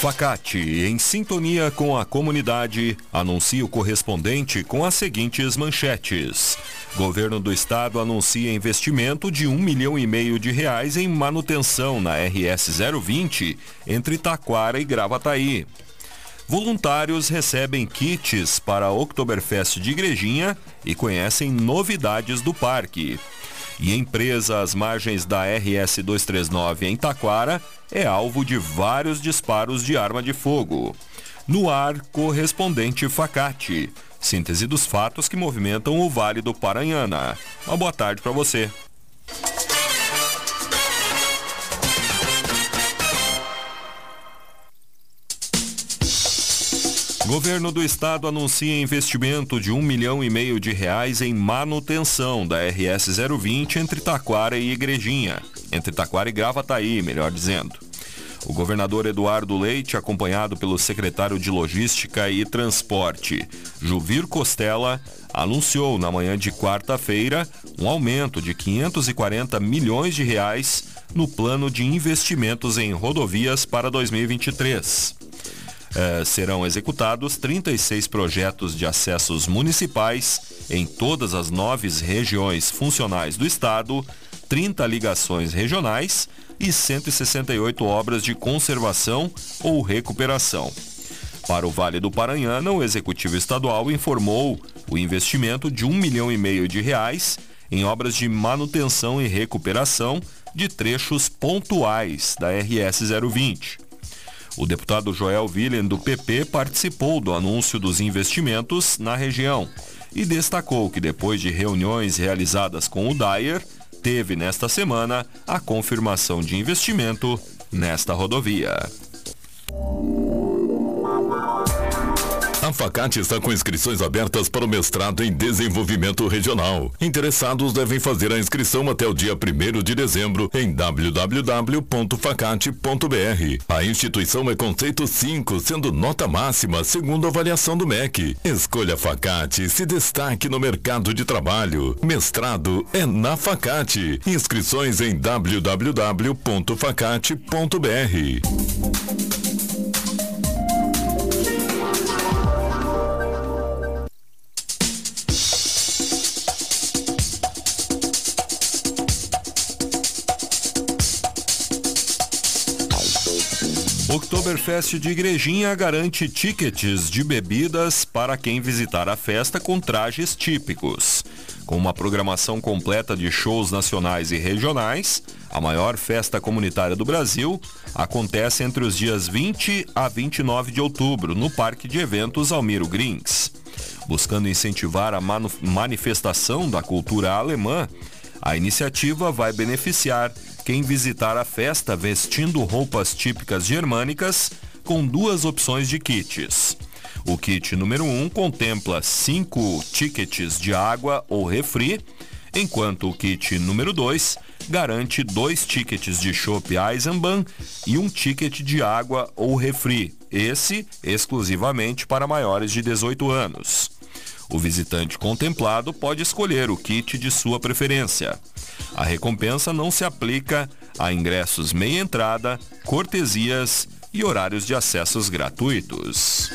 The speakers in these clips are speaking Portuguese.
Facate, em sintonia com a comunidade, anuncia o correspondente com as seguintes manchetes. Governo do Estado anuncia investimento de R$1,5 milhão em manutenção na RS 020 entre Taquara e Gravataí. Voluntários recebem kits para a Oktoberfest de Igrejinha e conhecem novidades do parque. E empresa às margens da RS 239 em Taquara é alvo de vários disparos de arma de fogo. No ar, correspondente Facate. Síntese dos fatos que movimentam o Vale do Paranhana. Uma boa tarde para você. Governo do Estado anuncia investimento de R$1,5 milhão em manutenção da RS 020 entre Taquara e Igrejinha. Entre Taquara e Gravataí, melhor dizendo. O governador Eduardo Leite, acompanhado pelo secretário de Logística e Transporte, Juvir Costela, anunciou na manhã de quarta-feira um aumento de R$540 milhões no plano de investimentos em rodovias para 2023. Serão executados 36 projetos de acessos municipais em todas as 9 regiões funcionais do estado, 30 ligações regionais e 168 obras de conservação ou recuperação. Para o Vale do Paranhana, o Executivo Estadual informou o investimento de R$1,5 milhão em obras de manutenção e recuperação de trechos pontuais da RS 020. O deputado Joel Willen, do PP, participou do anúncio dos investimentos na região e destacou que depois de reuniões realizadas com o Dyer, teve nesta semana a confirmação de investimento nesta rodovia. A Facate está com inscrições abertas para o mestrado em desenvolvimento regional. Interessados devem fazer a inscrição até o dia 1º de dezembro em www.facate.br. A instituição é conceito 5, sendo nota máxima segundo a avaliação do MEC. Escolha Facate e se destaque no mercado de trabalho. Mestrado é na Facate. Inscrições em www.facate.br. Oktoberfest de Igrejinha garante tickets de bebidas para quem visitar a festa com trajes típicos. Com uma programação completa de shows nacionais e regionais, a maior festa comunitária do Brasil acontece entre os dias 20 a 29 de outubro no Parque de Eventos Almiro Grins. Buscando incentivar a manifestação da cultura alemã, a iniciativa vai beneficiar quem visitar a festa vestindo roupas típicas germânicas com 2 opções de kits. O kit número 1 contempla 5 tickets de água ou refri, enquanto o kit número 2 garante 2 tickets de chopp Eisenbahn e 1 ticket de água ou refri, esse exclusivamente para maiores de 18 anos. O visitante contemplado pode escolher o kit de sua preferência. A recompensa não se aplica a ingressos meia entrada, cortesias e horários de acessos gratuitos.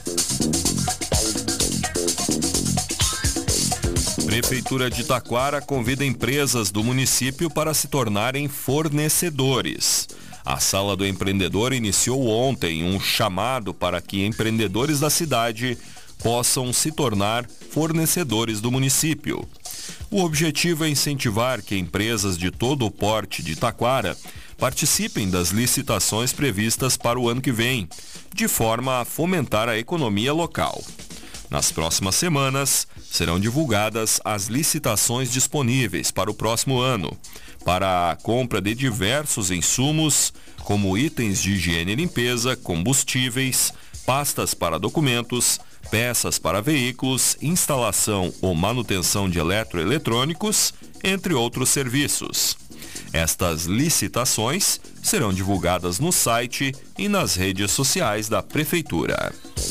Prefeitura de Taquara convida empresas do município para se tornarem fornecedores. A Sala do Empreendedor iniciou ontem um chamado para que empreendedores da cidade possam se tornar fornecedores do município. O objetivo é incentivar que empresas de todo o porte de Taquara participem das licitações previstas para o ano que vem, de forma a fomentar a economia local. Nas próximas semanas, serão divulgadas as licitações disponíveis para o próximo ano, para a compra de diversos insumos, como itens de higiene e limpeza, combustíveis, pastas para documentos, peças para veículos, instalação ou manutenção de eletroeletrônicos, entre outros serviços. Estas licitações serão divulgadas no site e nas redes sociais da Prefeitura.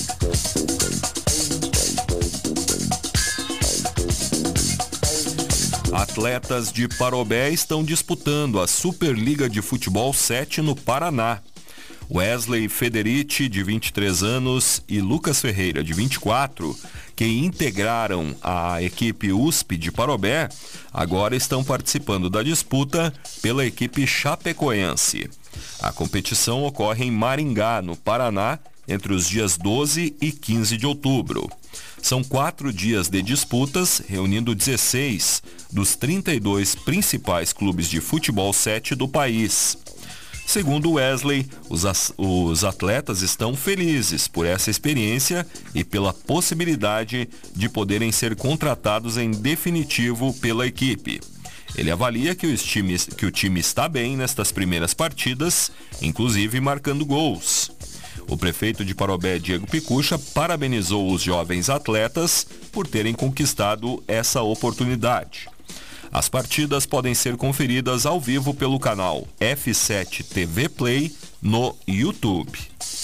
Atletas de Parobé estão disputando a Superliga de Futebol 7 no Paraná. Wesley Federici, de 23 anos, e Lucas Ferreira, de 24, que integraram a equipe USP de Parobé, agora estão participando da disputa pela equipe chapecoense. A competição ocorre em Maringá, no Paraná, entre os dias 12 e 15 de outubro. São 4 dias de disputas, reunindo 16 dos 32 principais clubes de futebol 7 do país. Segundo Wesley, os atletas estão felizes por essa experiência e pela possibilidade de poderem ser contratados em definitivo pela equipe. Ele avalia que o time está bem nestas primeiras partidas, inclusive marcando gols. O prefeito de Parobé, Diego Picucha, parabenizou os jovens atletas por terem conquistado essa oportunidade. As partidas podem ser conferidas ao vivo pelo canal F7 TV Play no YouTube.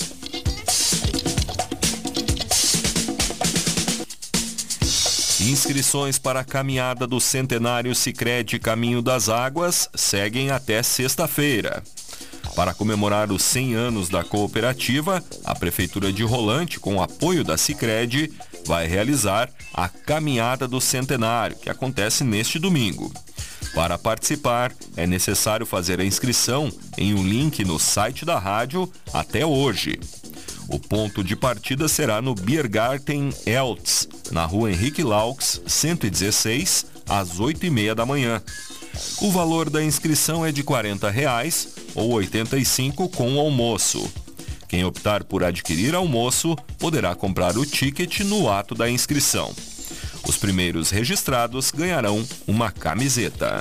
Inscrições para a caminhada do Centenário Sicredi Caminho das Águas seguem até sexta-feira. Para comemorar os 100 anos da cooperativa, a Prefeitura de Rolante, com o apoio da Sicredi, vai realizar a Caminhada do Centenário, que acontece neste domingo. Para participar, é necessário fazer a inscrição em um link no site da rádio até hoje. O ponto de partida será no Biergarten Eltz, na rua Henrique Laux, 116, às 8h30 da manhã. O valor da inscrição é de R$ 40,00 ou R$ 85,00 com almoço. Quem optar por adquirir almoço poderá comprar o ticket no ato da inscrição. Os primeiros registrados ganharão uma camiseta.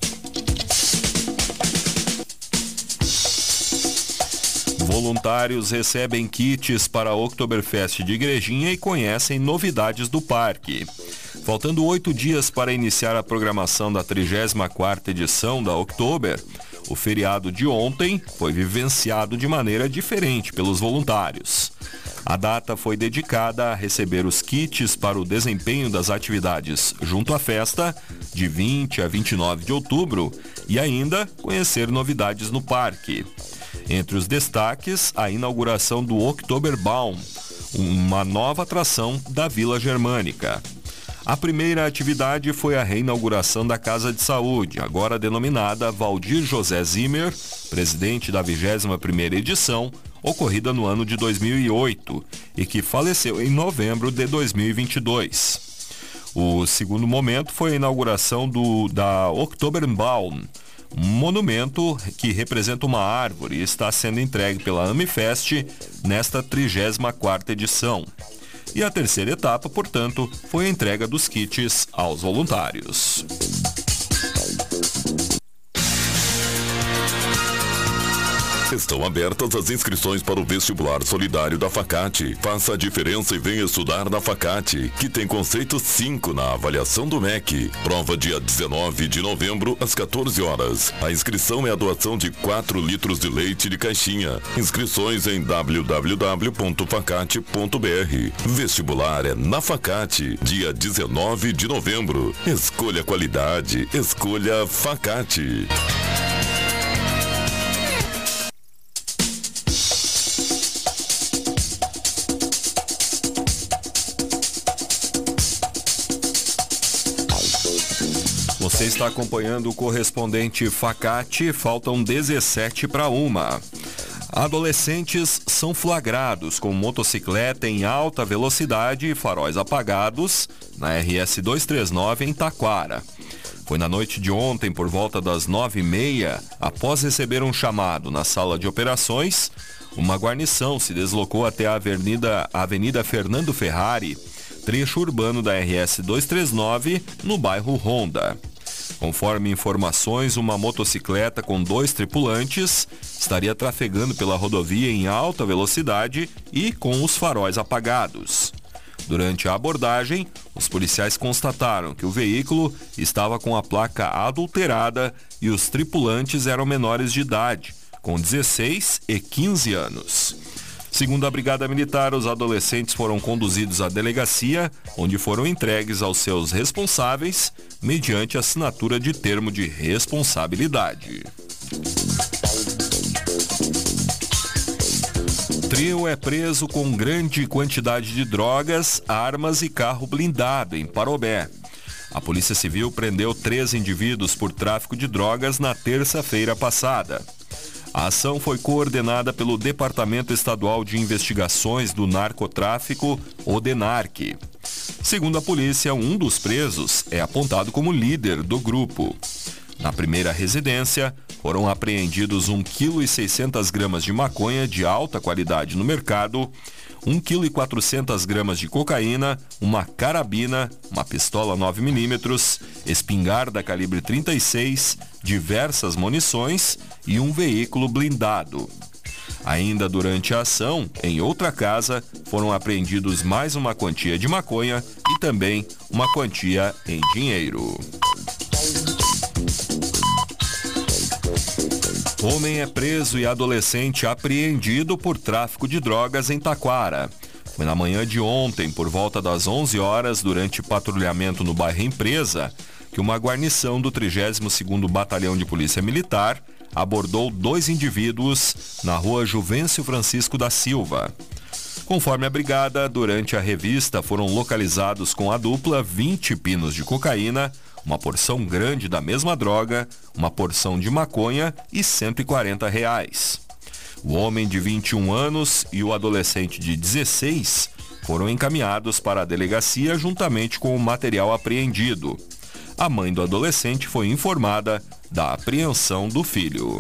Voluntários recebem kits para a Oktoberfest de Igrejinha e conhecem novidades do parque. Faltando 8 dias para iniciar a programação da 34ª edição da Oktober, o feriado de ontem foi vivenciado de maneira diferente pelos voluntários. A data foi dedicada a receber os kits para o desempenho das atividades junto à festa, de 20 a 29 de outubro, e ainda conhecer novidades no parque. Entre os destaques, a inauguração do Oktoberbaum, uma nova atração da Vila Germânica. A primeira atividade foi a reinauguração da Casa de Saúde, agora denominada Valdir José Zimmer, presidente da 21ª edição, ocorrida no ano de 2008 e que faleceu em novembro de 2022. O segundo momento foi a inauguração da Oktoberbaum, um monumento que representa uma árvore e está sendo entregue pela Amifest nesta 34ª edição. E a terceira etapa, portanto, foi a entrega dos kits aos voluntários. Estão abertas as inscrições para o vestibular solidário da Facate. Faça a diferença e venha estudar na Facate, que tem conceito 5 na avaliação do MEC. Prova dia 19 de novembro, às 14 horas. A inscrição é a doação de 4 litros de leite de caixinha. Inscrições em www.facate.br. Vestibular é na Facate, dia 19 de novembro. Escolha qualidade, escolha Facate. Você está acompanhando o correspondente Facate, faltam 17 para 1. Adolescentes são flagrados com motocicleta em alta velocidade e faróis apagados na RS 239 em Taquara. Foi na noite de ontem, por volta das 9h30, após receber um chamado na sala de operações, uma guarnição se deslocou até a Avenida Fernando Ferrari, trecho urbano da RS 239, no bairro Honda. Conforme informações, uma motocicleta com 2 tripulantes estaria trafegando pela rodovia em alta velocidade e com os faróis apagados. Durante a abordagem, os policiais constataram que o veículo estava com a placa adulterada e os tripulantes eram menores de idade, com 16 e 15 anos. Segundo a Brigada Militar, os adolescentes foram conduzidos à delegacia, onde foram entregues aos seus responsáveis, mediante assinatura de termo de responsabilidade. Trio é preso com grande quantidade de drogas, armas e carro blindado em Parobé. A Polícia Civil prendeu 3 indivíduos por tráfico de drogas na terça-feira passada. A ação foi coordenada pelo Departamento Estadual de Investigações do Narcotráfico, o DENARC. Segundo a polícia, um dos presos é apontado como líder do grupo. Na primeira residência, foram apreendidos 1,6 kg de maconha de alta qualidade no mercado, 1,4 kg de cocaína, uma carabina, uma pistola 9mm, espingarda calibre 36, diversas munições e um veículo blindado. Ainda durante a ação, em outra casa, foram apreendidos mais uma quantia de maconha e também uma quantia em dinheiro. Homem é preso e adolescente apreendido por tráfico de drogas em Taquara. Foi na manhã de ontem, por volta das 11 horas, durante patrulhamento no bairro Empresa, que uma guarnição do 32º Batalhão de Polícia Militar abordou 2 indivíduos na rua Juvencio Francisco da Silva. Conforme a brigada, durante a revista foram localizados com a dupla 20 pinos de cocaína, uma porção grande da mesma droga, uma porção de maconha e R$140. O homem de 21 anos e o adolescente de 16 foram encaminhados para a delegacia juntamente com o material apreendido. A mãe do adolescente foi informada da apreensão do filho.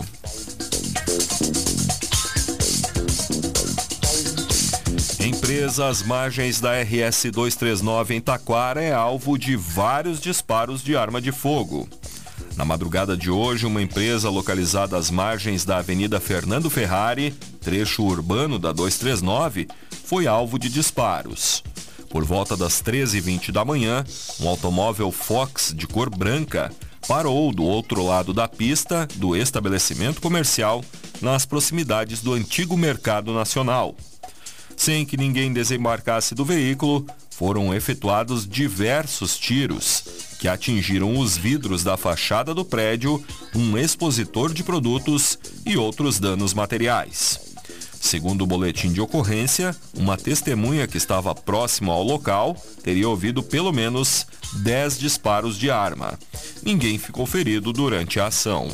Empresa às margens da RS 239 em Taquara é alvo de vários disparos de arma de fogo. Na madrugada de hoje, uma empresa localizada às margens da Avenida Fernando Ferrari, trecho urbano da 239, foi alvo de disparos. Por volta das 13h20 da manhã, um automóvel Fox de cor branca parou do outro lado da pista do estabelecimento comercial nas proximidades do antigo Mercado Nacional. Sem que ninguém desembarcasse do veículo, foram efetuados diversos tiros que atingiram os vidros da fachada do prédio, um expositor de produtos e outros danos materiais. Segundo o boletim de ocorrência, uma testemunha que estava próxima ao local teria ouvido pelo menos 10 disparos de arma. Ninguém ficou ferido durante a ação.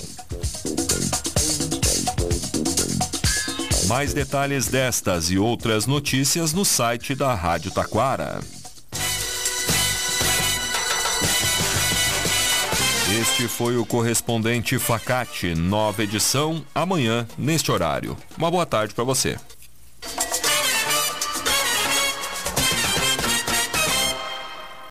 Mais detalhes destas e outras notícias no site da Rádio Taquara. Este foi o Correspondente Facate, nova edição, amanhã, neste horário. Uma boa tarde para você.